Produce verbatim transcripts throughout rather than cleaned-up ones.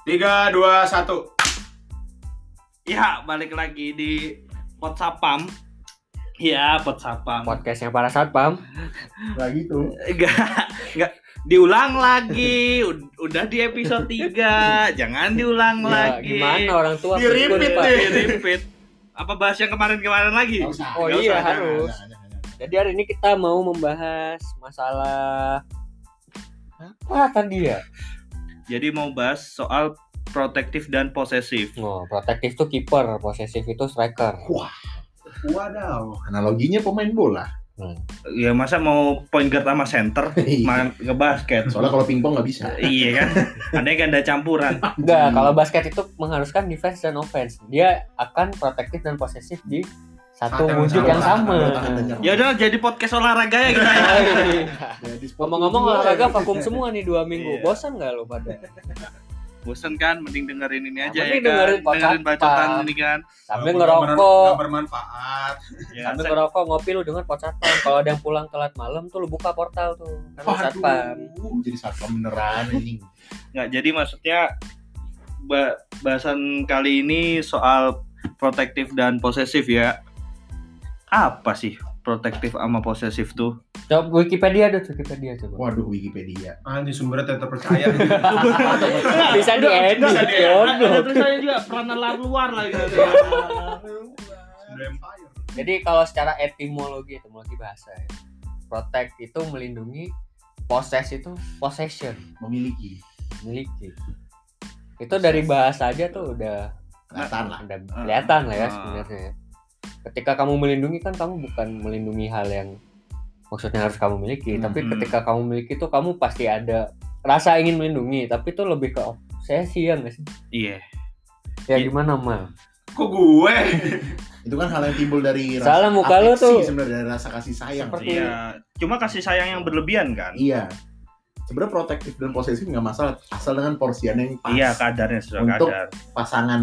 Tiga, dua, satu. Ya, balik lagi di Potsapam. Ya, Potsapam. Podcastnya para satpam. Gak gitu. Enggak, enggak diulang lagi. Udah di episode tiga. Jangan diulang Ya, lagi. gimana orang tua Di repeat pikun, Pak. deh. Di repeat. Apa bahas yang kemarin-kemarin lagi? Gak usah. Oh Gak iya, usah, harus. jangan, jangan, jangan. Jadi hari ini kita mau membahas masalah apa tadi ya? Jadi mau bahas soal protektif dan posesif. Oh, protektif tuh kiper, posesif itu striker. Wadaw, analoginya pemain bola. Hmm. Ya masa mau point guard sama center main ngebasket. Soalnya kalau pingpong nggak bisa. Iya kan? Ada ganda campuran. Enggak, Hmm. kalau basket itu mengharuskan defense dan offense. Dia akan protektif dan posesif di satu Saat yang wujud sama, yang sama. tahan dan nyerang. Ya udah jadi podcast olahraga ya kita. ya. Jadi sport Ngomong-ngomong juga. olahraga vakum semua nih dua minggu. Iya. Bosan nggak lo pada? Bosen kan, mending dengerin ini aja Mending ya kan. dengerin Dengerin bacotan Potsapam. ini kan. Sambil Nggak ber- ngerokok, nggak bermanfaat. Ya, sambil saya- ngerokok ngopi lu denger Potsapam. Kalau ada yang pulang telat malam tuh lu buka portal tuh. Kan lu satpam. Waduh, jadi satpam beneran anjing. nggak jadi maksudnya ba- bahasan kali ini soal protektif dan posesif ya. Apa sih protektif sama posesif tuh? Coba Wikipedia deh, Wikipedia coba. Waduh, Wikipedia. Anjing sumbernya tidak terpercaya. Bisa diedit. Ada Jodoh. tulisannya juga peranan luar lagi. Sudah empire. Jadi kalau secara etimologi, etimologi bahasa ya. Protect itu melindungi, possess itu possession, Memiliki. miliki. Itu dari bahasa aja tuh udah Kelihatan lah. udah kelihatan lah ya Ah. sebenarnya. Ketika kamu melindungi kan kamu bukan melindungi hal yang maksudnya harus kamu miliki, Hmm. tapi ketika kamu miliki tuh kamu pasti ada rasa ingin melindungi, tapi itu lebih ke obsesi ya nggak sih? Iya. Ya Iya. gimana mal? Kok gue? Itu kan hal yang timbul dari Salah muka lu afeksi tuh. sebenarnya, dari rasa kasih sayang. Seperti- Iya. Cuma kasih sayang yang berlebihan kan? Iya. Sebenarnya protektif dan posesif nggak masalah, asal dengan porsiannya yang pas. Iya, kadarnya sudah Untuk- kadar. Pasangan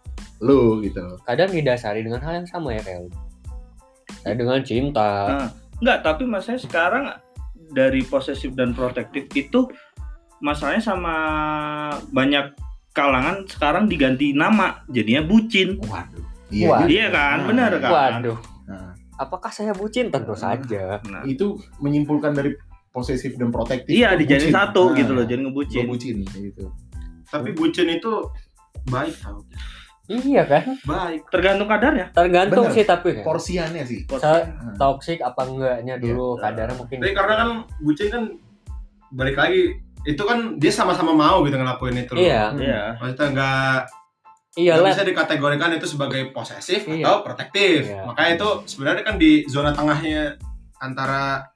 lu gitu. Kadang didasari dengan hal yang sama ya kayak lu. Saya dengan cinta. Nah, enggak, tapi masalahnya sekarang dari posesif dan protektif itu masalahnya sama banyak kalangan sekarang diganti nama jadinya bucin. Waduh. Wah. jadi- Iya kan, Nah, benar kan? Waduh, Nah, apakah saya bucin? Tentu saja. Nah, itu menyimpulkan dari posesif dan protektif. iya itu dijadiin bucin. satu Nah, gitu loh, jadi ngebucin. gua bucin gitu. Tapi bucin itu baik tau. Iya kan? Baik. Tergantung kadarnya. Tergantung Bener. sih tapi kan. Porsiannya sih. Saya Nah, toxic apa enggaknya dulu Iya. kadarnya mungkin. Tapi karena kan bucin kan balik lagi itu kan dia sama-sama mau gitu ngelakuin itu loh. Iya. Iya. Maksudnya nggak Iya nggak lah. bisa dikategorikan itu sebagai posesif Iya. atau protektif. Iya. Makanya itu sebenarnya kan di zona tengahnya antara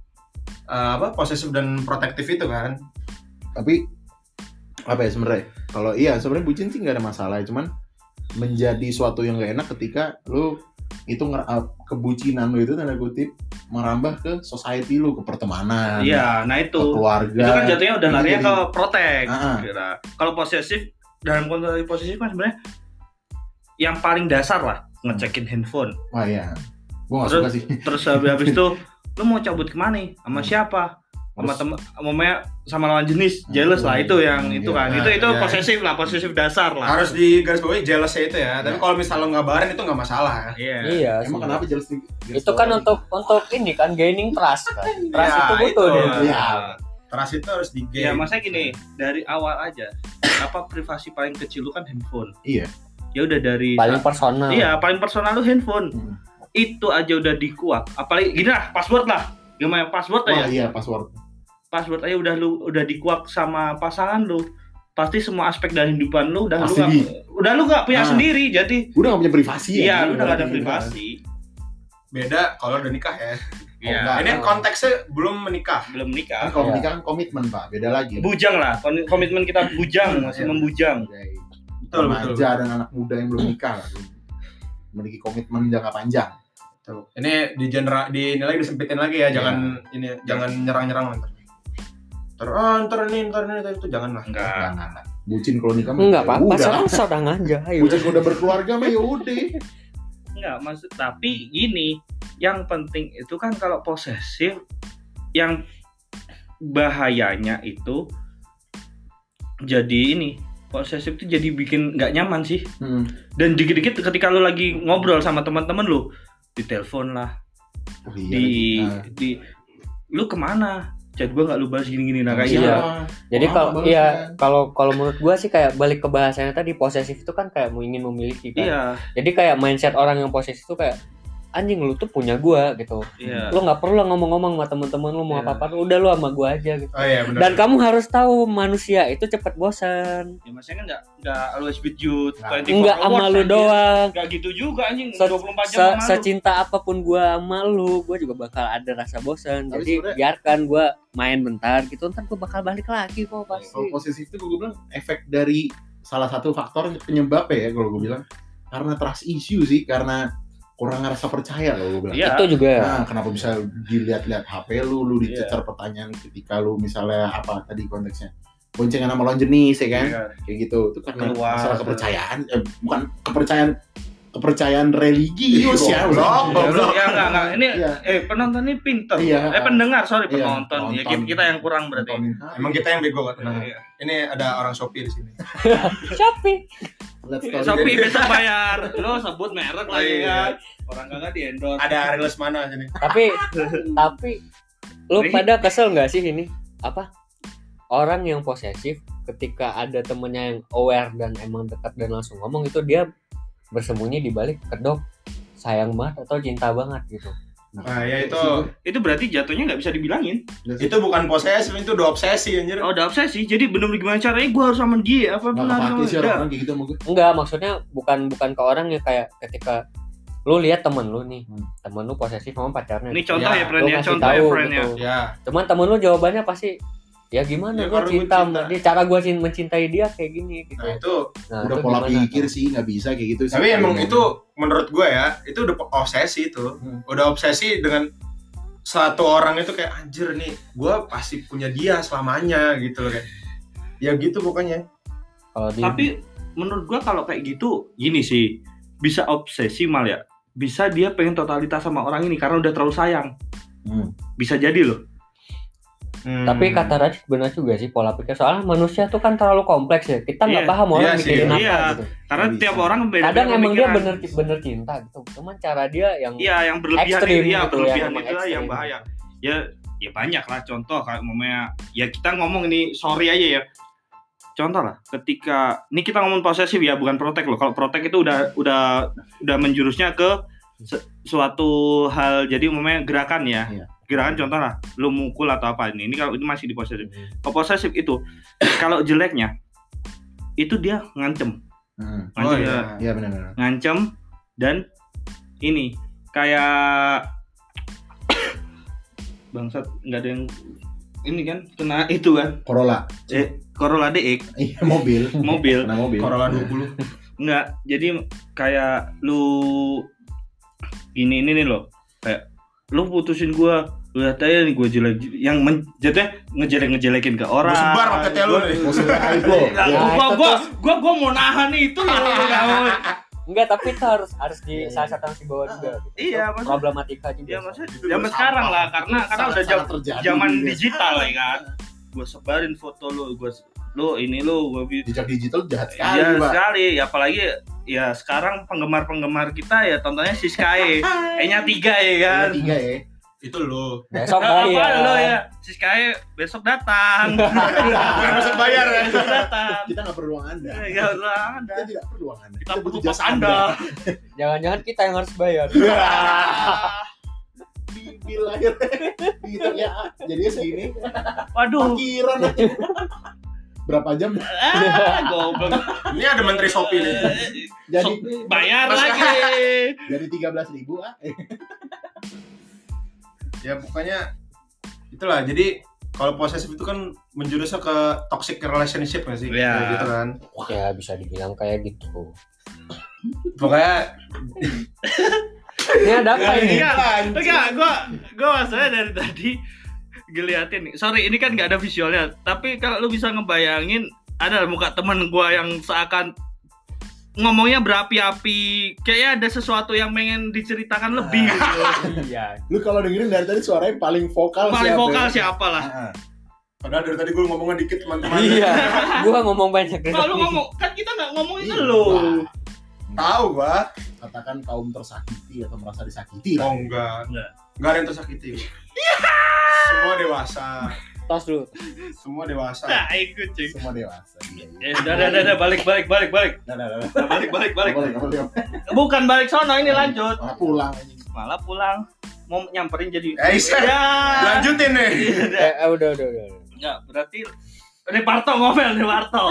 eh, apa posesif dan protektif itu kan. tapi apa ya sebenarnya? Kalau iya sebenarnya bucin sih nggak ada masalah, cuman menjadi suatu yang nggak enak ketika lu itu nger- uh, kebucinan lu itu tanda kutip merambah ke society lu, ke pertemanan, Iya, nah ke itu. keluarga. Itu kan jatuhnya udah Itu larinya jadi- ke protek. Ah. Kira. Kalau posesif dalam konteks posesif kan sebenarnya yang paling dasar lah ngecekin handphone. Wah ya, gua nggak Terus- suka sih. Terus habis habis itu lu mau cabut kemana nih? Sama siapa? Sama Terus- temen, sama sama lawan jenis, jealous lah itu yang Hmm, itu iya. kan. Itu itu Iya. posesif lah, posesif dasar lah. Harus di garis bawahi jealous ya itu ya. Tapi Ya. kalau misalnya lo ngabarin itu nggak masalah. Iya. Iya. Emang sih. kenapa jelas nih? Itu kan untuk untuk ini kan gaining trust kan. Trust Ya, itu butuh itu. deh. Iya. Trust itu harus di Ya, maksudnya gini, dari awal aja apa privasi paling kecil lu kan handphone. Iya. Ya udah dari Paling personal. Iya, paling personal lu handphone. Hmm. Itu aja udah dikuak. Apalagi gini lah, password lah. Gimana password Wah aja? iya password. Password aja udah lu udah dikuak sama pasangan lu. Pasti semua aspek dari kehidupan lu udah Pasti lu gak, di- udah lu gak punya Nah. sendiri. Jadi Udah nggak punya privasi ya? iya, lu udah gak ada Iya. privasi. beda kalau udah nikah ya. Iya. enggak. Ini Ah. konteksnya belum menikah. Belum Kan nikah. kalau Iya. menikah kan komitmen pak, beda lagi. Bujang lah, kon- komitmen kita bujang, masih Iya. membujang. Betul, betul. Remaja dan anak muda yang belum nikah lah, memiliki komitmen jangka panjang. Tuh. Ini di genre di ini lagi disempitin lagi ya, jangan ini jangan nyerang-nyerang ntar. Ntar, ah, ntar ini, ntar ini, ntar itu jangan lah. Enggak. Nah, nah, nah. Bucin kalau nikah mah Enggak ya apa-apa, udah. sekarang sedang aja. Ayo. Bucin kalau udah berkeluarga mah ya udah. Enggak, maksud tapi gini, yang penting itu kan kalau posesif yang bahayanya itu jadi ini posesif itu jadi bikin nggak nyaman sih. Hmm. Dan dikit-dikit ketika lu lagi ngobrol sama teman-teman lu, ditelepon lah, Oh, iya, di nah. di lu kemana? Chat gua nggak lu bahas gini-gini, nah kayak Iya. gitu. Jadi Wah, kalau bagus iya kan. kalau kalau menurut gua sih kayak balik ke bahasanya tadi, posesif itu kan kayak mau ingin memiliki kan. Iya, Jadi kayak mindset orang yang posesif itu kayak anjing lu tuh punya gua gitu. iya. Lu nggak perlu lah ngomong-ngomong sama temen-temen lu mau Iya. apa-apa, udah lu sama gua aja gitu. Oh iya benar. Dan kamu harus tahu manusia itu cepat bosan. Ya maksudnya kan nggak nggak always with you Nah. twenty four Enggak sama hours, lu anjing. doang. Nggak gitu juga anjing, Se- dua puluh empat jam Se- sama lu. secinta apapun gua sama lu, gua juga bakal ada rasa bosan. Tapi Jadi sebenarnya- biarkan gua main bentar gitu, ntar gua bakal balik lagi kok pasti. Kalau posesif itu gue bilang efek dari salah satu faktor penyebab ya kalau gue bilang karena trust issue sih, karena kurang ngerasa percaya kalau gue bilang. Iya. Itu juga. Nah, kenapa bisa dilihat-lihat H P lu, lu Iya. dicecar pertanyaan ketika lu misalnya apa tadi konteksnya boncengan sama lawan jenis ya kan, Iya. kayak gitu. Itu karena Keluar. masalah kepercayaan, eh, bukan kepercayaan kepercayaan religius ya. Goblok, goblok. Ya enggak enggak. Ini Iya. eh penonton ini pinter. Iya. Eh pendengar, sorry Iya, penonton. Ya penonton. kita, kita yang kurang berarti. Nontonin H P. Emang kita yang bego kok, tenang. Iya. Ini ada orang Shopee di sini. Shopee. Let's go. Shopee besok bayar. Lo sebut merek lagi Iya. kan. Orang kagak di endorse. Ada Ariel mana aja nih? Tapi tapi lu Ri. pada kesel nggak sih ini apa orang yang posesif ketika ada temennya yang aware dan emang dekat dan langsung ngomong itu dia bersembunyi di balik kedok sayang banget atau cinta banget gitu. Nah, ya itu Itu berarti jatuhnya nggak bisa dibilangin. itu bukan posesif, itu udah obsesi anjir. Oh, udah obsesi. Jadi bener-bener gimana caranya gue harus sama dia apa Nggak benar kepake sih Udah. orang kayak gitu sama gue. Enggak, maksudnya bukan bukan ke orang yang kayak ketika lu lihat temen lu nih, Hmm. temen lu posesif sama pacarnya. Ini contoh Ya, ya, friend lu ya, ngasih contoh ya, tahu friend ya. gitu. Ya, Cuman temen lu jawabannya pasti ya gimana Ya, gue karena gua cinta sama cinta. dia, cara gue mencintai dia kayak gini gitu. nah itu Nah, Udah itu pola gimana pikir tuh? sih nggak bisa kayak gitu sih. tapi emang Kalau itu menurut gue ya, itu udah obsesi itu. Hmm. Udah obsesi dengan satu orang itu kayak anjir nih, gue pasti punya dia selamanya gitu loh kayak. Ya gitu pokoknya. Kalau di Tapi menurut gua kalau kayak gitu gini sih, bisa obsesi mal ya. Bisa dia pengen totalitas sama orang ini karena udah terlalu sayang. Hmm. Bisa jadi loh. Hmm. Tapi kata Radit benar juga sih pola pikir, soalnya manusia tuh kan terlalu kompleks ya, kita nggak Iya, paham orang iya sih, mikirin apa iya. gitu. Karena Nggak tiap bisa. orang beda. Kadang emang dia bener bener cinta gitu, cuman cara dia yang Iya, yang berlebihan ekstrim itu ya, gitu, berlebihan yang emang itu lah yang ekstrim. bahaya. Ya, ya banyak lah contoh kayak mamanya. Ya kita ngomong ini sorry aja ya. Contoh lah, ketika ini kita ngomong posesif ya, bukan protek loh. Kalau protek itu udah udah udah menjurusnya ke se- suatu hal, jadi umumnya gerakan ya. Iya. Gerakan contoh lah, lu mukul atau apa ini. Ini kalau itu masih di posesif. Kalau posesif itu kalau jeleknya itu dia ngancem, Hmm. Oh ngancem, iya. Iya benar-benar. ngancem dan ini kayak bangsat nggak ada yang ini kan kena itu kan Corolla. eh Corolla D X Iya mobil. mobil Kena mobil. Corolla dua puluh. nggak jadi kayak lu ini ini nih loh kayak lu putusin gua lihat aja nih gua jelek yang men, jadinya ngejelek ngejelekin ke orang. Gua sebar paketnya lu nih. Mau sebar aib lo. Nah, Ya, gua, itu gua, tuh- gua gua mau nahan itu loh. nggak mau. enggak, tapi itu harus harus di Iya, iya. salah satu harus dibawa juga gitu. Iya, Itu maksud- problematika juga. Ya maksudnya zaman sekarang lah karena karena udah jam, Sangat terjadi zaman juga. digital ya kan. Gua sebarin foto lu, gua lu ini lu gua video. Jejak digital jahat sekali, Iya Pak. sekali, ya, apalagi ya sekarang penggemar-penggemar kita ya tontonnya Siskae, E-nya tiga ya kan. Ada tiga ya. Itu lu. Besok Apa bayar. lo ya, Siskae besok datang. Bukan besok bayar ya. Besok datang. Kita nggak perlu uang Anda. Ya udah Anda. Kita tidak perlu uang Anda. Kita butuh jasa pas Anda. Jangan-jangan kita yang harus bayar. Bil akhirnya. Gitu ya. Jadinya segini. Waduh. Parkiran aja. Berapa jam? Ah, goblok. Ini ada menteri Shopee nih. Jadi So, bayar Mas- lagi. jadi tiga belas ribu ah. Ya pokoknya itulah. Jadi kalau posesif itu kan menjurusnya ke toxic relationship nggak sih? Iya. Kayak gitu kan. Ya bisa dibilang kayak gitu. Pokoknya Ini ada apa ini? Enggak, enggak, gua gua masalahnya dari tadi ngeliatin nih. Sorry, ini kan nggak ada visualnya. Tapi kalau lu bisa ngebayangin ada muka temen gua yang seakan ngomongnya berapi-api, kayaknya ada sesuatu yang pengen diceritakan lebih gitu. Iya. Lu kalau dengerin dari tadi suaranya paling vokal Paling siapa? vokal ya? siapa lah? Ah, Padahal dari tadi gue ngomongnya dikit teman-teman. Iya, gua ngomong banyak. Kalau lu ngomong kan kita nggak ngomongin lu. Tahu gua. Katakan kaum tersakiti atau merasa disakiti Oh lah. enggak. Enggak. Enggak ada yang tersakiti. Semua dewasa. Tos dulu. Semua dewasa. Nah, ikut cuy. Semua dewasa. Iya, iya. Eh, dah, dah, dah, dah, balik, balik, balik, balik. Nah, nah, nah, nah. Nah, balik, balik, balik. Boleh, boleh, boleh. Bukan balik sono, ini lanjut. Malah pulang anjing. Malah pulang. Mau nyamperin jadi. Eh, Isa. Ya. Lanjutin nih. Eh, eh, udah, udah, udah. Enggak, berarti ini Parto ngomel nih Parto.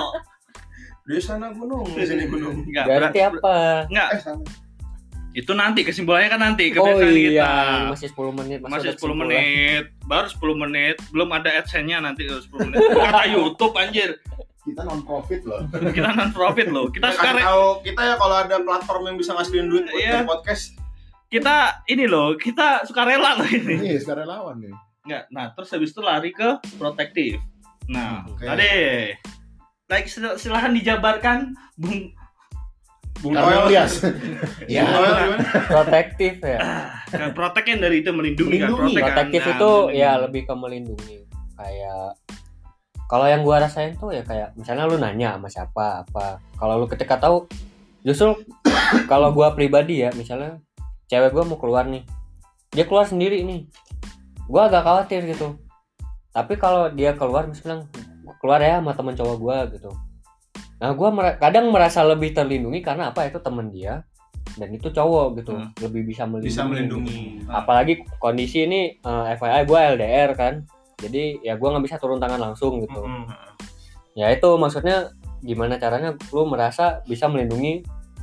Di sana gunung, di sini gunung. Enggak, Berarti apa? Enggak, Eh, sama. itu nanti kesimpulannya kan nanti Oh kebiasaan iya, kita. masih sepuluh menit. masa Masih udah sepuluh kesimpulan? menit, baru sepuluh menit, belum ada adsense-nya nanti sepuluh menit. Kata YouTube anjir. Kita non profit loh. Kita non profit loh. Kita Kita kasih sekarang tahu kita ya kalau ada platform yang bisa ngasihin duit buat Iya. dari podcast. kita ini loh, kita suka rela loh ini. Iya, sekarang lawan nih. Enggak. Nah, terus habis itu lari ke protektif. Nah, Oke. tadi like sil- silahkan dijabarkan Bung Bung Karena Toel. lias. Bung Ya. Toel gimana? Protektif ya. kan protek kan dari itu melindungi, kan Melindungi. protek kan. Protektif Nah, itu melindungi. ya lebih ke melindungi. Kayak kalau yang gua rasain tuh ya kayak misalnya lu nanya sama siapa apa. Kalau lu ketika tahu justru kalau gua pribadi ya misalnya cewek gua mau keluar nih. Dia keluar sendiri nih. Gua agak khawatir gitu. Tapi kalau dia keluar misalnya keluar ya sama teman cowok gua gitu. Nah, gua mer- kadang merasa lebih terlindungi karena apa itu teman dia dan itu cowok gitu. Hmm. Lebih bisa melindungi. Bisa melindungi. Apalagi kondisi ini eh, F Y I gue L D R kan, jadi ya gue nggak bisa turun tangan langsung gitu. Mm-mm. Ya itu maksudnya gimana caranya lu merasa bisa melindungi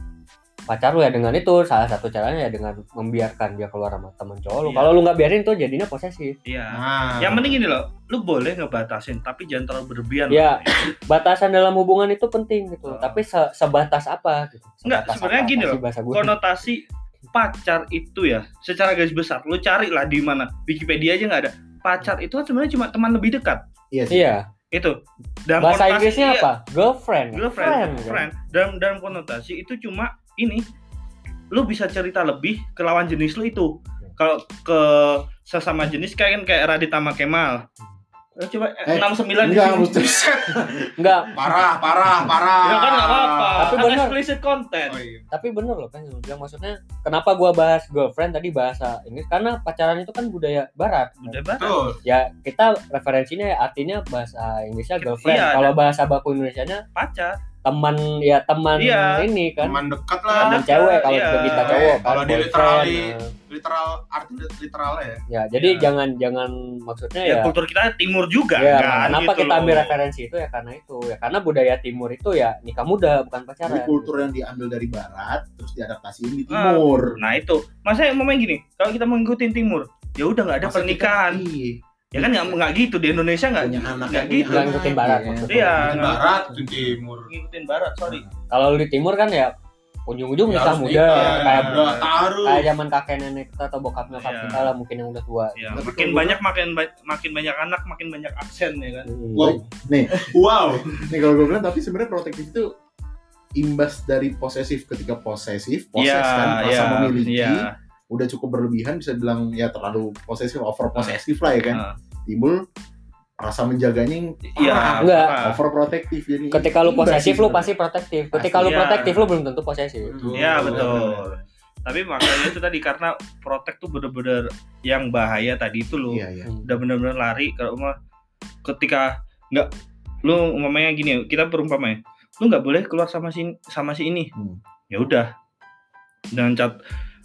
pacar lu ya dengan itu salah satu caranya ya dengan membiarkan dia keluar sama temen cowok lu. Iya. Kalau lu nggak biarin tuh jadinya posesif. Iya. Nah, Yang penting gini loh, lu boleh ngebatasin tapi jangan terlalu berlebihan. Ya batasan dalam hubungan itu penting gitu. Oh. Tapi se- sebatas apa? Gitu. Enggak, Sebatas sebenarnya apa? gini Apa loh, sih bahasa gua? konotasi pacar itu ya secara garis besar lu cari lah di mana Wikipedia aja nggak ada. Pacar itu kan sebenarnya cuma teman lebih dekat. Iya sih. Iya. Itu. Dalam Bahasa konotasi- Inggrisnya iya, apa? Girlfriend. Girlfriend, Friend, kan? friend. Dalam dalam konotasi itu cuma ini. Lu bisa cerita lebih ke lawan jenis lu itu. Kalau ke sesama jenis kayak kan kayak Radit sama Kemal. Lu coba Eh, enam sembilan di Enggak, sini. mesti. Enggak. parah, parah, parah. Ya kan enggak apa-apa. Tapi Kan bener. explicit content. Oh, iya. Tapi bener loh kan yang lu bilang maksudnya kenapa gua bahas girlfriend tadi bahasa Inggris karena pacaran itu kan budaya barat. Udah banget. Betul. Ya kita referensinya ya artinya bahasa Inggrisnya girlfriend. Iya, Kalau bahasa baku Indonesianya Pacar. teman ya teman Iya. ini kan. Teman dekat lah. Teman dekat, cewek kalau iya. kita cowok kan. Kalau di boyfriend, literally- nah. Literal arti literalnya ya. Ya, jadi Iya. jangan jangan maksudnya Ya, ya. kultur kita timur juga Ya, kan. kenapa gitu kita ambil loh. referensi itu ya karena itu ya karena budaya timur itu ya nikah muda bukan Jadi pacaran. kultur yang diambil dari barat terus diadaptasiin di Ah, timur. Nah itu, masa mau main gini, kalau kita mau ngikutin timur, ya udah nggak ada Masa kita- pernikahan. Iya. Ya kan nggak nggak gitu di Indonesia nggak Punya anak nggak punya gitu. Nggak ngikutin barat ya. maksudnya. Iya. Di barat, di timur. ngikutin barat, sorry. Kalau di timur kan ya ujung-ujung Ya, nikah harus muda nikah. kayak Udah taruh. kayak zaman kakek nenek kita atau bokap nyokap Iya. kita lah mungkin yang udah tua. Ya, Tapi makin kalau banyak makin ba- makin banyak anak, makin banyak aksen ya kan. Hmm. Wow. Nih, Wow. nih kalau gue bilang tapi sebenarnya protektif itu imbas dari posesif ketika posesif, poses Iya, kan rasa iya, memiliki iya. udah cukup berlebihan bisa bilang ya terlalu posesif, over posesif lah ya kan. Ah. Timbul rasa menjaganya yang Iya, parah, enggak. parah. overprotective jadi. Ketika lu imbas posesif sih lu sebenarnya. pasti protektif. Ketika Pasti, lu ya. protektif lu belum tentu posesif. Iya, betul. Tapi makanya itu tadi karena protek tuh bener-bener yang bahaya tadi itu loh. Iya, iya. Hmm. Udah bener-bener lari kalau mah ketika nggak lu umpamanya gini, kita perumpamanya, lu nggak boleh keluar sama si sama si ini. Hmm. Ya udah. Dengan cat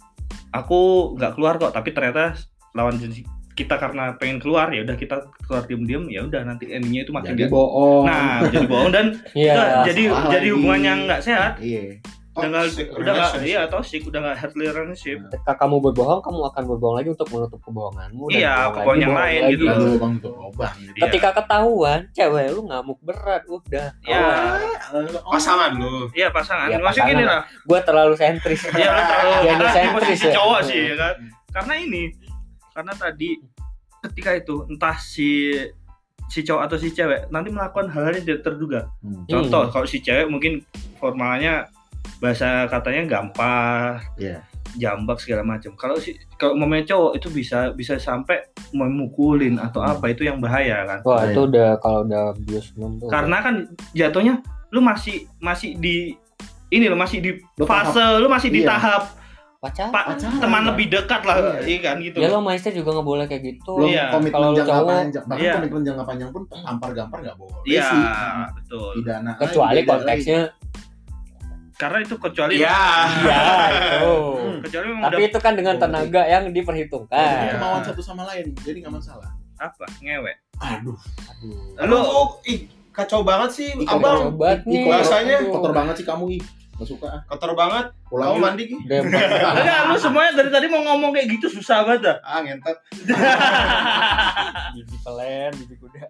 aku nggak keluar kok, tapi ternyata lawan jenis kita karena pengen keluar ya udah kita keluar diem-diem ya udah nanti endingnya itu makin Jadi nggak- bohong. nah jadi bohong dan Iya. nggak, jadi salah jadi lagi. hubungan yang nggak sehat, Iya. udah nggak Toxic udah nggak relationship. iya toxic, udah nggak healthy relationship. Ketika kamu berbohong, kamu akan berbohong lagi untuk menutup kebohonganmu. dan Iya, bohong kebohongan lagi, yang bohong lain lagi. gitu loh. Lalu bang tutup lubang. Jadi. Iya. Ketika ketahuan, cewek lu ngamuk berat, udah. Ya, Pasangan lu. iya pasangan. Iya, Maksudnya gini pasangan. lah. Gua terlalu sentris. Iya kan kalau Jadi kita di sentris posisi ya. cowok sih ya kan. Karena ini karena tadi ketika itu entah si si cowok atau si cewek nanti melakukan hal-hal yang tidak terduga. Hmm. Contoh kalau si cewek mungkin formalnya bahasa katanya gampar, Iya. jambak segala macam. Kalau si kalau umpamanya cowok itu bisa bisa sampai memukulin atau Hmm. apa, itu yang bahaya kan. Wah, Iya. itu udah kalau udah abusement tuh. Karena kan jatuhnya lu masih masih di ini lo masih di Lu fase lu masih di iya. tahap pacaran. pa- Pacaran. teman lebih dekat lah, Iya. iya kan gitu. Ya lo maisnya juga nggak boleh kayak gitu. Belum Iya. komitmen Kalau lu jangka cowok, panjang, bahkan iya. komitmen jangka panjang pun gampar-gampar nggak boleh Iya, sih. betul. Pidana. Kecuali beda konteksnya. Karena itu kecuali Iya. Iya itu. kecuali memang Tapi udah itu kan dengan Oh, tenaga yang lagi diperhitungkan. Iya. kemauan satu sama lain, jadi nggak masalah. apa ngewek. Aduh, Aduh. Lu Lu ih, kacau banget sih, Ih, abang. Obat nih. Bahasanya Aduh. kotor banget sih kamu ih. Nggak suka ah. Kotor banget. Pulang Kamu yuk. mandi Ki? Udah empat. enggak, lu semuanya dari tadi mau ngomong kayak gitu susah banget dah. Ah, ngentot. Gigi pelen, gigi kuda.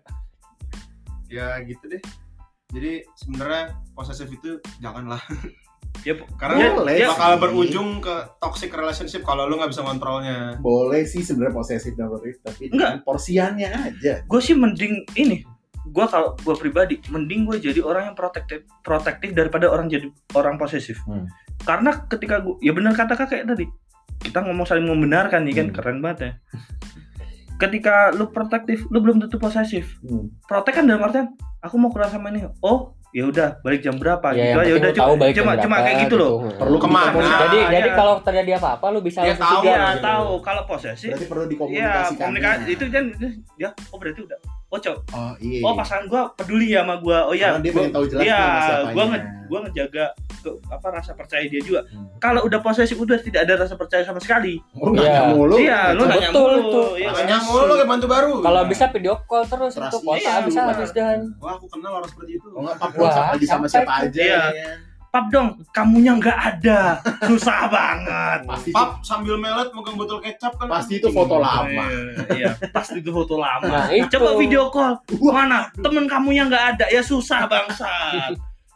Ya gitu deh. Jadi sebenarnya posesif itu janganlah. Ya, Karena Boleh ya, bakal sih. berujung ke toxic relationship kalau lu nggak bisa kontrolnya. Boleh sih sebenarnya posesif dan protektif, tapi dengan porsiannya aja. gue sih mending ini. Gue kalau gue pribadi mending gue jadi orang yang protektif protektif daripada orang jadi orang posesif. Hmm. Karena ketika gue, ya benar kata kakek tadi, kita ngomong saling membenarkan nih kan, Hmm. keren banget ya. Ketika lu protektif, lu belum tentu posesif. Hmm. Protek kan dalam artian aku mau keluar sama ini. Oh, ya udah balik jam berapa Ya, gitu. yang Ya penting udah lu tahu cuma balik jam cuma, cuma berapa, kayak gitu loh. Perlu Kemana? dikomunikasikan. Jadi Ah, jadi iya. kalau terjadi apa-apa lu bisa Dia langsung tahu, sigap Iya, gitu. tahu kalau posesif. Berarti perlu Iya, dikomunikasikan. komunikasi itu kan ya, oh berarti udah. Oh, cowok. Oh iya. Oh, pasangan gua peduli ya sama gua. Oh ya, Karena dia gua, pengen tahu jelas iya, nih sama siapanya. gua nge, gua ngejaga ke, apa rasa percaya dia juga. Hmm. Kalau udah posesif udah tidak ada rasa percaya sama sekali. Oh, Iya. nanya mulu. Iya, lu betul nanya mulu. itu. Iya, Makanya kan? mulu kayak mantu baru. Kalau Iya. bisa video call terus Trust itu kota iya, bisa benar. habis dan Wah, aku kenal orang seperti itu. Oh enggak, Pap, Wah, lagi sama sampai siapa aja. Iya. ya kan? Pap dong, kamunya nggak ada. Susah banget. Pasti Pap sambil melet megang botol kecap kan. pasti itu foto lama. Iya, iya, pasti itu foto lama. Nah, itu. Coba video call. Mana? Temen kamunya nggak ada. Ya susah bangsat.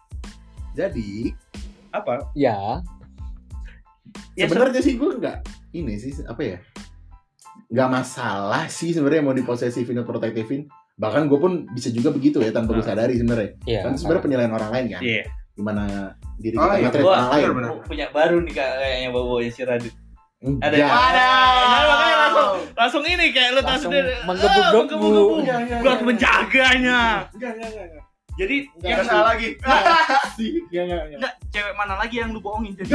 Jadi, Apa? ya Ya, sebenarnya sih gue enggak ini sih apa ya? Enggak masalah sih sebenarnya mau diposesifin atau protektifin. Bahkan gue pun bisa juga begitu ya tanpa gue Ah. sadari sebenarnya. ya Kan sebenarnya penilaian orang lain kan. Iya. Gimana diri Oh, kita iya. nge-treat Gua- orang lain. benar. Punya baru nih kayaknya bawa si Radit. Enggak. Ada. Nah, makanya langsung langsung ini kayak lu tahu Langsung sendiri. menggebu-gebu. Ah, menggebu-gebu. Enggak, enggak, Gua harus enggak. menjaganya. Enggak, enggak, enggak, enggak. Jadi Enggak, yang Yang salah lagi. Sih, enggak, enggak, enggak. enggak cewek mana lagi yang lu bohongin jadi?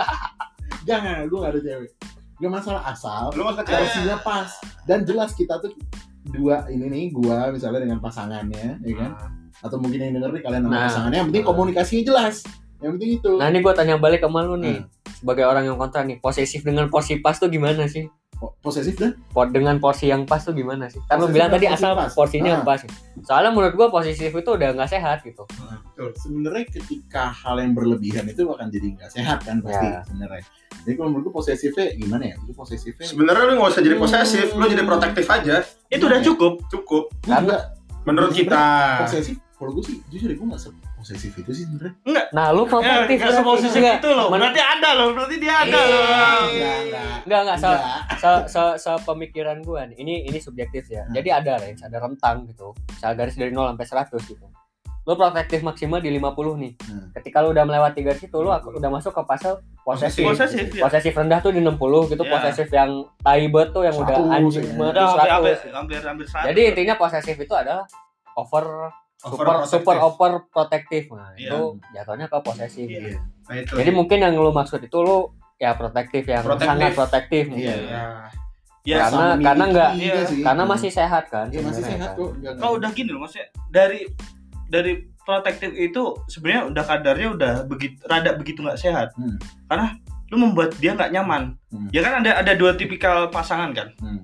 Enggak, enggak, gue enggak ada cewek. Enggak masalah asal Lu masuk ke cewek. porsinya pas dan jelas kita tuh dua ini nih gua misalnya dengan pasangannya ya kan atau mungkin yang denger nih kalian sama Nah. pasangannya yang penting komunikasinya jelas yang penting itu. Nah ini gue tanya balik ke lu nih, Hmm. sebagai orang yang kontra nih, posesif dengan porsi pas tuh gimana sih? Po- posesif dan Po- dengan porsi yang pas tuh gimana sih? Kan lu Posesif bilang dan tadi porsi asal pas. porsinya yang Ah. pas. Soalnya menurut gue posesif itu udah nggak sehat gitu. sebenarnya ketika hal yang berlebihan itu akan jadi nggak sehat kan pasti Ya. sebenarnya. Jadi kalau menurut gua posesifnya gimana ya? Itu posesifnya Sebenarnya lu nggak usah jadi posesif, lu jadi protektif aja. Itu udah cukup. Cukup. gua juga Menurut kita. posesif. Kalau gua sih jujur ya gua nggak posesif itu sih sebenarnya. Nah lu protektif Enggak seposesif Nggak. itu loh. Men- Berarti ada loh. Berarti dia ada Iya. loh. Enggak, enggak. Enggak enggak se, Enggak. se, se, se pemikiran gue nih. Ini ini subjektif ya. Hmm. Jadi ada range, ada rentang gitu. Misal garis dari nol sampai seratus gitu. Lu protektif maksimal di lima puluh nih. Hmm. Ketika lu udah melewati garis itu lu ak- udah masuk ke fase posesif. Posesif ya. Posesif rendah tuh di enam puluh gitu, Iya. posesif yang tai banget tuh yang udah seratus, anjing ya. banget Udah tuh hampir hampir seratus. hampir hampir seratus. Jadi intinya posesif itu adalah over super Overprotective. super over protektif. Nah, Iya. itu jatuhnya ke posesif. Iya. Nah itu. Jadi mungkin yang lu maksud itu lu ya protektif yang Protektif. sangat protektif Iya. mungkin. Ya. Ya, Karena- Sama karena miliki enggak- juga iya. sih. Karena Hmm. masih sehat kan. Iya, masih sebenarnya sehat kan. kok. Enggak, kalau udah gini loh maksudnya dari dari protektif itu sebenarnya udah kadarnya udah begitu rada begitu nggak sehat. Hmm. Karena lu membuat dia nggak nyaman. Hmm. Ya kan ada ada dua tipikal pasangan kan. Hmm.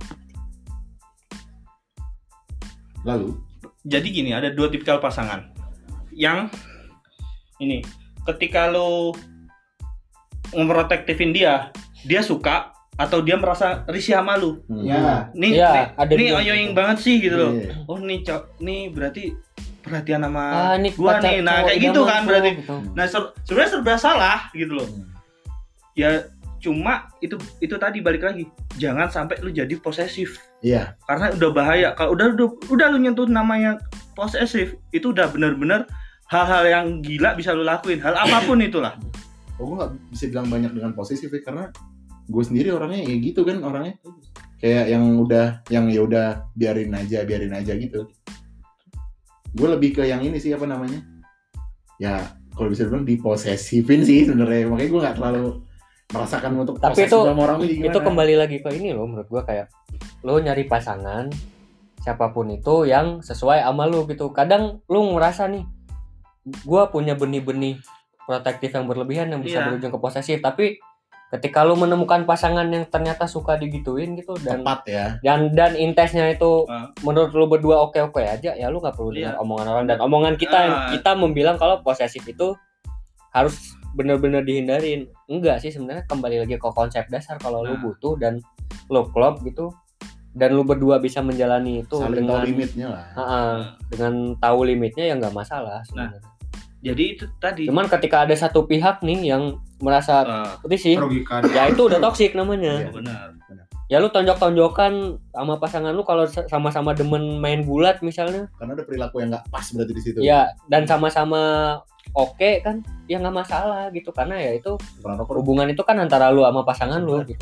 Lalu Jadi gini, ada dua tipikal pasangan. Yang ini, ketika lo memprotektifin dia, dia suka atau dia merasa risih sama lu. hmm. Ya. Nih, Iya, nih, ada nih juga annoying gitu. banget sih gitu loh. Iya. Oh nih cok, nih berarti perhatian sama Ah, ini gua pacar nih. Nah cowok kayak gitu idamanku, kan berarti. gitu. Nah ser- sebenarnya serba salah gitu loh. Hmm. Ya cuma itu itu tadi balik lagi. Jangan sampai lu jadi posesif. Iya. Karena udah bahaya. Kalau udah udah, udah lu nyentuh namanya posesif, itu udah benar-benar hal-hal yang gila bisa lu lakuin, hal apapun itulah. Oh, gue nggak bisa bilang banyak dengan posesif ya, karena gue sendiri orangnya ya gitu kan, orangnya kayak yang udah yang ya udah biarin aja biarin aja gitu. Gue lebih ke yang ini sih, apa namanya, ya kalau bisa bilang diposesifin sih sebenarnya, makanya gue nggak terlalu merasakan untuk Tapi posesif itu sama orang tuh gimana. itu kembali lagi ke ini loh, menurut gua kayak lo nyari pasangan siapapun itu yang sesuai sama lu gitu. Kadang lu ngerasa nih gua punya benih-benih protektif yang berlebihan yang bisa Iya. berujung ke posesif, tapi ketika lu menemukan pasangan yang ternyata suka digituin gitu dan tepat ya. dan dan intensnya itu Ah. menurut lu berdua oke-oke aja, ya lu nggak perlu Iya. dengar omongan orang dan omongan kita yang Ah. kita membilang kalau posesif itu harus benar-benar dihindarin. Enggak sih, sebenarnya kembali lagi ke konsep dasar, kalau lu Nah. butuh dan lu klop gitu dan lu berdua bisa menjalani itu Saling dengan tahu limitnya lah. Ha-ha, dengan tahu limitnya ya nggak masalah sebenarnya. Jadi itu tadi. Cuman ketika ada satu pihak nih yang merasa Ah, risih, Merugikan. ya itu udah toksik namanya. Iya. benar. Ya lu tonjok-tonjokan sama pasangan lu kalau sama-sama demen main gulat misalnya, Karena ada perilaku yang nggak pas berarti di situ. ya dan sama-sama oke kan, ya nggak masalah gitu, karena ya itu Pernah rokok hubungan itu kan antara lu sama pasangan lu gitu.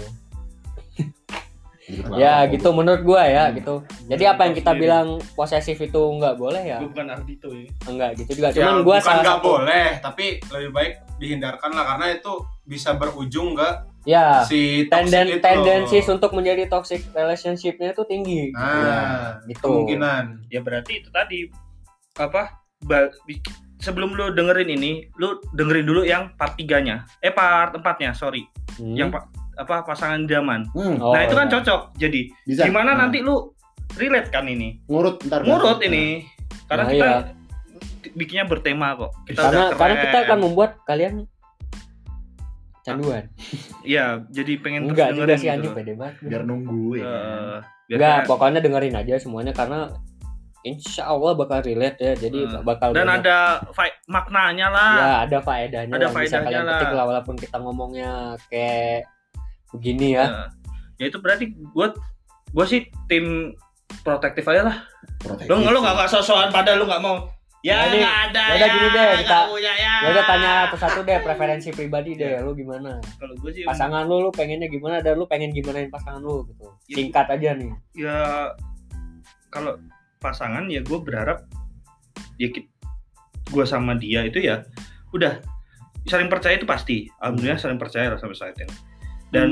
gitu. Ya gitu menurut gua ya gitu. Jadi apa yang kita Sendiri. bilang posesif itu nggak boleh ya? Gue bukan Ardito ya. Enggak gitu juga. Ya, Cuman gua bukan salah nggak satu boleh, tapi lebih baik dihindarkan lah, karena itu bisa berujung ke ya si tenden toxic itu. tendencies untuk menjadi toxic relationship-nya itu tinggi. Nah, gitu. kemungkinan. Ya berarti itu tadi apa? Ba- bi- sebelum lu dengerin ini, lu dengerin dulu yang part tiganya. Eh part empatnya, sorry. Hmm. Yang pa- apa pasangan idaman. Hmm, Oh, nah, itu kan ya. cocok. Jadi, bisa. gimana Nah, nanti lu relate kan ini? ngurut ntar. Ngurut Nah, ini. Karena Nah, kita iya. bikinnya bertema kok. Kita Karena udah karena keren. kita akan membuat kalian canduan. Iya, jadi pengen Enggak terus juga dengerin sih gitu anjing loh. pede banget. biar nunggu ya. Eh, biar Enggak, kayak- pokoknya dengerin aja semuanya karena insya Allah bakal relate ya. Jadi Hmm. bakal dan banyak- ada fi- maknanya lah. ya ada faedahnya Ada yang bisa faedahnya kalian lah. petik lah, walaupun kita ngomongnya kayak begini ya. Nah, ya itu berarti gue gue sih tim protektif aja lah. Protektif. Lu lu nggak nggak sosokan pada lu nggak mau. Ya Jadi, nggak ada. ya udah gini deh, nggak kita- punya, ya. Ya udah tanya satu-satu deh preferensi pribadi deh, lu gimana? Kalau gue sih Pasangan lu lu pengennya gimana dan lu pengen gimanain pasangan lu gitu. Ya, Singkat aja nih. ya kalau pasangan ya gue berharap ya gue sama dia itu ya udah saling percaya itu pasti. Alhamdulillah saling percaya lah sampai saat ini. Dan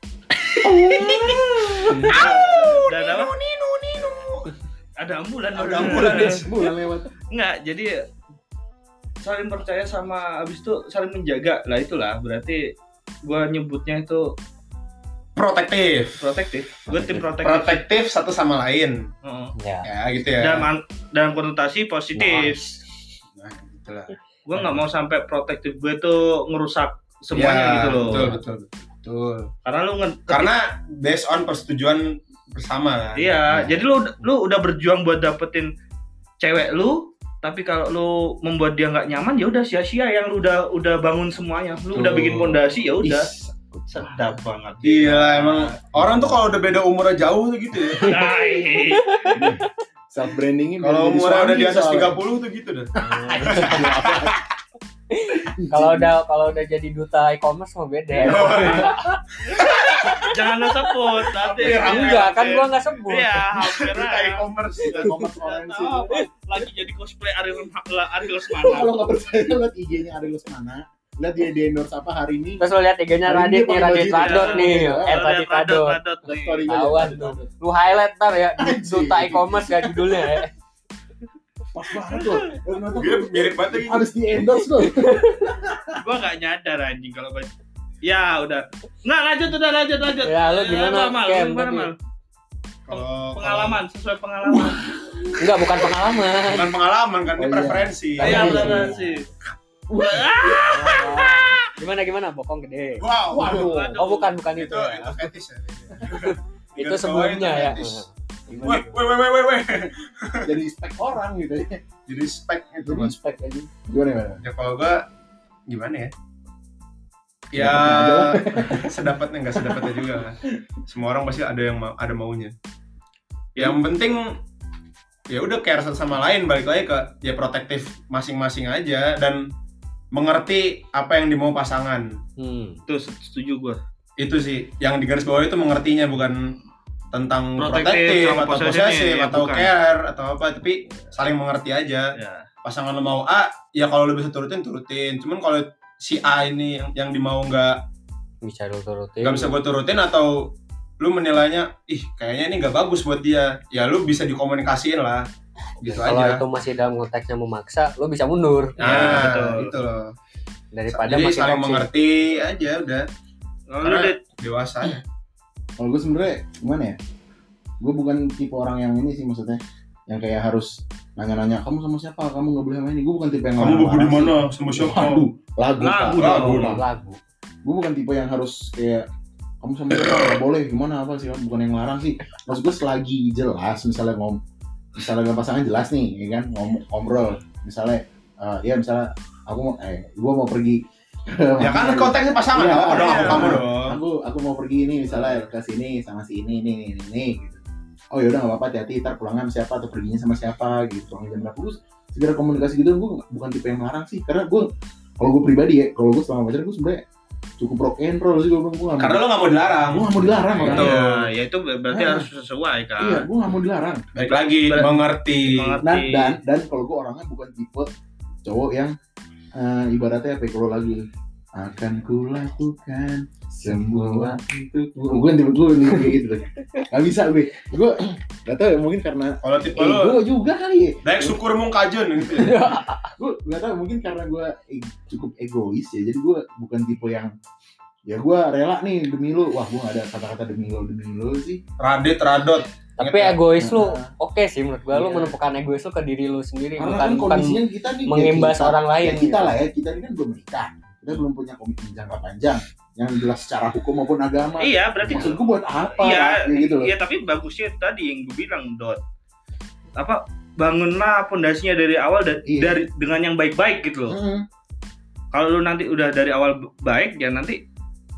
dan apa? Ada ambulan, Ada ambulan, Des. Bulan lewat. Enggak, jadi saling percaya sama abis itu saling menjaga lah, itulah berarti gua nyebutnya itu Protektif. protektif. Gue tim protektif. Protektif satu sama lain. Heeh. Ya. Ya gitu ya. Dalam dalam konotasi positif. Nah, gitulah. Gue nggak mau sampai protektif gue tuh ngerusak semuanya Ya, gitu loh. Betul, betul, betul. betul. Karena lu nge- Karena based on persetujuan bersama kan. iya, Ya. jadi lu lu udah berjuang buat dapetin cewek lu, tapi kalau lu membuat dia nggak nyaman ya udah sia-sia yang lu udah udah bangun semuanya. Lu udah Tuh. bikin pondasi ya udah. Ih, Sedap banget. Iya, emang orang tuh kalau udah beda umurnya jauh tuh gitu ya. Hai. self brandingin. Kalau umurnya udah di atas tiga puluh tuh gitu dah. Kalau udah kalau udah jadi duta e-commerce mah beda. Jangan lu sebut nanti. Hampir, Enggak, kan gua enggak sebut. Iya, hampir Kita aja. e-commerce. e-commerce online sih. Tahu apa, lagi jadi cosplay Ariel Ariel Kalau Lesmana. nggak percaya lihat I G-nya Ariel Lesmana. Lihat dia di endorse apa hari ini. Terus lu lihat I G-nya Hari Radit ini nih, pakai Radit baju Radot itu. nih, Iya, at Radit Radot. Radot nih. Story-nya Tahuan ada- tuh. ada- Lu highlight ntar ya, duta e-commerce gak judulnya ya. Pas banget tuh. Ternyata Dia mirip banget lagi. harus di endorse tuh. Gua nggak nyadar anjing kalau baju. Ya udah. Nggak lanjut udah lanjut lanjut. Ya, lu gimana, Mal? Kem, Gimana, tadi? Mal? Kalau Pengalaman sesuai pengalaman. Enggak, bukan pengalaman. bukan pengalaman kan, ini Oh, iya. preferensi. Iya, Iya iya. benar sih. Gimana gimana bokong gede. Wow. Waduh. Oh, bukan bukan itu. Itu ya. itu fetish ya. Itu Garis bawah sebelumnya itu ya. fetish. Gimana? Weh, weh, weh, weh, weh, weh. Jadi spek orang gitu ya. Jadi spek itu Jadi mas. spek aja. Gimana gimana? Ya kalau gua gimana ya? Ya sedapatnya nggak sedapatnya juga. Semua orang pasti ada yang mau, ada maunya. Yang penting ya udah care satu sama lain, balik lagi ke ya protektif masing-masing aja dan mengerti apa yang dimau pasangan. Hmm. Itu setuju gue. Itu sih yang di garis bawah itu mengertinya, bukan tentang Protektif, protektif sama atau posesif posesif ya, atau bukan. care atau apa, tapi saling mengerti aja. Ya. Pasangan lo mau A, ya kalau lo bisa turutin turutin. Cuman kalau si A ini yang, yang dimau nggak Bisa lu turutin. nggak bisa gue turutin atau lu menilainya ih kayaknya ini nggak bagus buat dia, ya lu bisa dikomunikasiin lah gitu Kalau aja. itu masih dalam konteksnya memaksa, lu bisa mundur Nah, Ya, betul. itu loh. daripada Jadi masih saling toxic. mengerti aja udah. Kalau lu Karena Dit, dewasa ya. Kalau gue sebenarnya gimana ya? Gue bukan tipe orang yang ini sih, maksudnya yang kayak harus nanya-nanya kamu sama siapa, kamu nggak boleh sama ini. Gue bukan tipe yang Kamu bobo di larang-larang mana sih. sama siapa? Waduh, lagu, Lagu Pak. dong. Lagu. lagu. Gue bukan tipe yang harus kayak kamu sama siapa nggak boleh gimana apa sih, bukan yang larang sih. Maksud gue selagi jelas, misalnya ngom, misalnya dengan pasangan jelas nih, ya kan, ngom, ngobrol, misalnya, uh, ya misalnya aku mau, eh, gue mau pergi. Ya kan konteksnya pasangan, Iya, apa dong, iya. aku kamu dong. Aku aku mau pergi ini misalnya ke sini sama si ini ini ini ini gitu. Oh yaudah nggak apa-apa, hati-hati, ntar pulangnya sama siapa atau perginya sama siapa gitu. Pulang jam berapa? Gue segera komunikasi gitu, gue bukan tipe yang larang sih, karena gue kalau gue pribadi ya, kalau gue selama pacaran gue sebenarnya cukup rock and roll sih, gue gue nggak Karena lo nggak mau dilarang. gue nggak mau dilarang Gitu. orangnya. ya, ya itu berarti Ah. harus sesuai kan. Iya, gue nggak mau dilarang. Baik lagi Ber- mengerti. Mengerti. Dan dan dan kalau gue orangnya bukan tipe cowok yang eh, ibaratnya apa ya, kalau lagi akan kulakukan semua untukmu. Gue tipe gue kayak gitu deh. Gak bisa gue. Gue gak tau ya, mungkin karena Kalau tipe lo ego juga kali ya. baik syukur mung kajen gitu. Gue gak tau, mungkin karena gue e- cukup egois ya. Jadi gue bukan tipe yang ya gue rela nih demi lu. Wah, gue gak ada kata-kata demi lu demi lu sih. Radit radot. Tapi Ingat ya? egois lu Nah. oke sih menurut gua, lu Iya. menumpukan egois lu ke diri lu sendiri, Karena bukan kan bukan kondisinya kita nih ya mengimbas kita- orang lain. ya kita lah ya, kita ini kan belum menikah, kita belum punya komitmen jangka panjang yang jelas secara hukum maupun agama. Iya, berarti Maksud gue buat apa? Iya, Kayak gitu loh. iya, tapi bagusnya tadi yang gue bilang, Dot. Apa, bangunlah pondasinya dari awal da- Iya. dari dengan yang baik-baik gitu loh. Mm-mm. Kalau lu nanti udah dari awal b- baik, ya nanti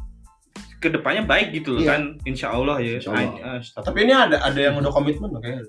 kedepannya baik gitu loh Iya. kan, insya Allah ya. Insya Allah. Ah, ah, Tapi ini ada ada yang udah komitmen loh kayaknya.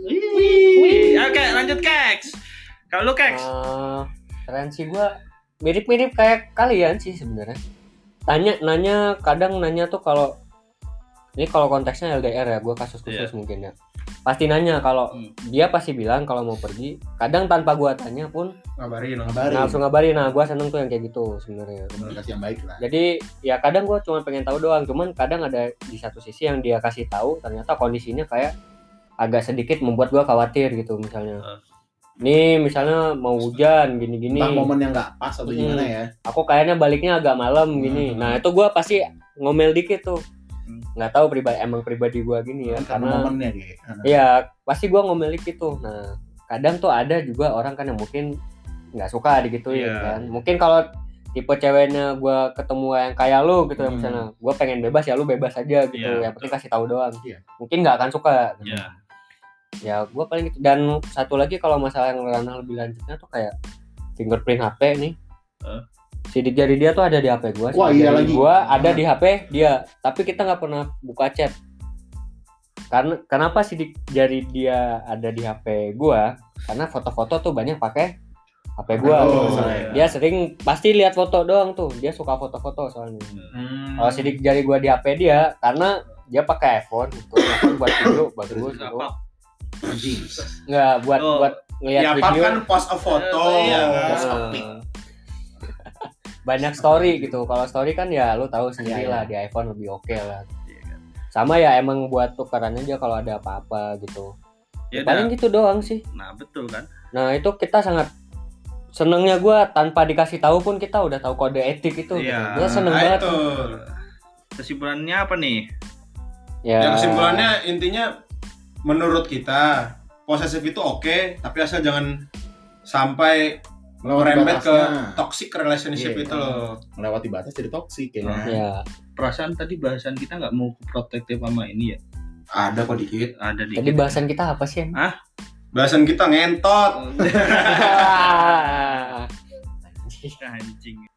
Wih, oke lanjut Keks. Kalau lu Keks, Eh, referensi gua mirip-mirip kayak kalian sih sebenarnya. Tanya nanya kadang nanya tuh kalau ini kalau konteksnya L D R ya, gua kasus khusus Iya. mungkin ya. Pasti nanya kalau Hmm. dia pasti bilang kalau mau pergi. Kadang tanpa gua tanya pun Ngabarin. Ngabarin. langsung ngabarin. Nah, gua seneng tuh yang kayak gitu sebenarnya. Komunikasi yang baik lah. Jadi ya kadang gue cuma pengen tahu doang, cuman kadang ada di satu sisi yang dia kasih tahu ternyata kondisinya kayak agak sedikit membuat gue khawatir gitu misalnya. Uh. Nih misalnya mau hujan gini-gini, Tentang momen yang nggak pas atau Hmm. gimana ya. aku kayaknya baliknya agak malam gini. Hmm. Nah itu gue pasti ngomel dikit tuh, Hmm. nggak tahu pribadi emang pribadi gue gini ya, Karena karena momennya kayak. ya pasti gue ngomel dikit tuh. Nah kadang tuh ada juga orang kan yang mungkin nggak suka digituin Iya. kan. Mungkin kalau tipe ceweknya gue ketemu yang kayak lu gitu ya, Hmm. misalnya gue pengen bebas ya lu bebas aja gitu, Iya, yang penting kasih tahu doang. Iya. Mungkin nggak akan suka. ya. Ya gue paling gitu. Dan satu lagi kalau masalah yang ranah lebih lanjutnya tuh kayak fingerprint H P nih. Huh? Sidik jari dia tuh ada di H P gue. Wah, iya lagi. Gue ada di H P dia, tapi kita nggak pernah buka chat. Karena kenapa sidik jari dia ada di H P gue? Karena foto-foto tuh banyak pakai H P gue. Oh, iya. Dia sering pasti lihat foto doang tuh. Dia suka foto-foto soalnya. Hmm. Kalau sidik jari gue di H P dia, karena dia pakai iPhone, gitu. iPhone buat video bagus Terus gitu. apa? Anjing. Nggak buat Oh. buat ngeliat Ya video. kan post a foto. Iya, kan? Nah, banyak story gitu. Kalau story kan ya lu tahu sendiri Iya, lah iya. di iPhone lebih oke lah. Iya kan. Sama ya emang buat tukaran aja kalau ada apa-apa gitu. Ya Paling dah. gitu doang sih. Nah, betul kan? Nah itu kita sangat senengnya gua tanpa dikasih tahu pun kita udah tahu kode etik itu. Iya. Gitu. Gua seneng Nah, banget. itu. Kesimpulannya apa nih? Ya. Ya kesimpulannya intinya menurut kita posesif itu oke, tapi asal jangan sampai Melewati merembet ke batasnya. toxic relationship Iya. itu loh. Melewati batas jadi toksik kayaknya. Ya. Perasaan tadi bahasan kita nggak mau protektif sama ini ya? Ada kok dikit. Ada di Tadi bahasan kita apa sih? Em? Bahasan kita ngentot. anjing.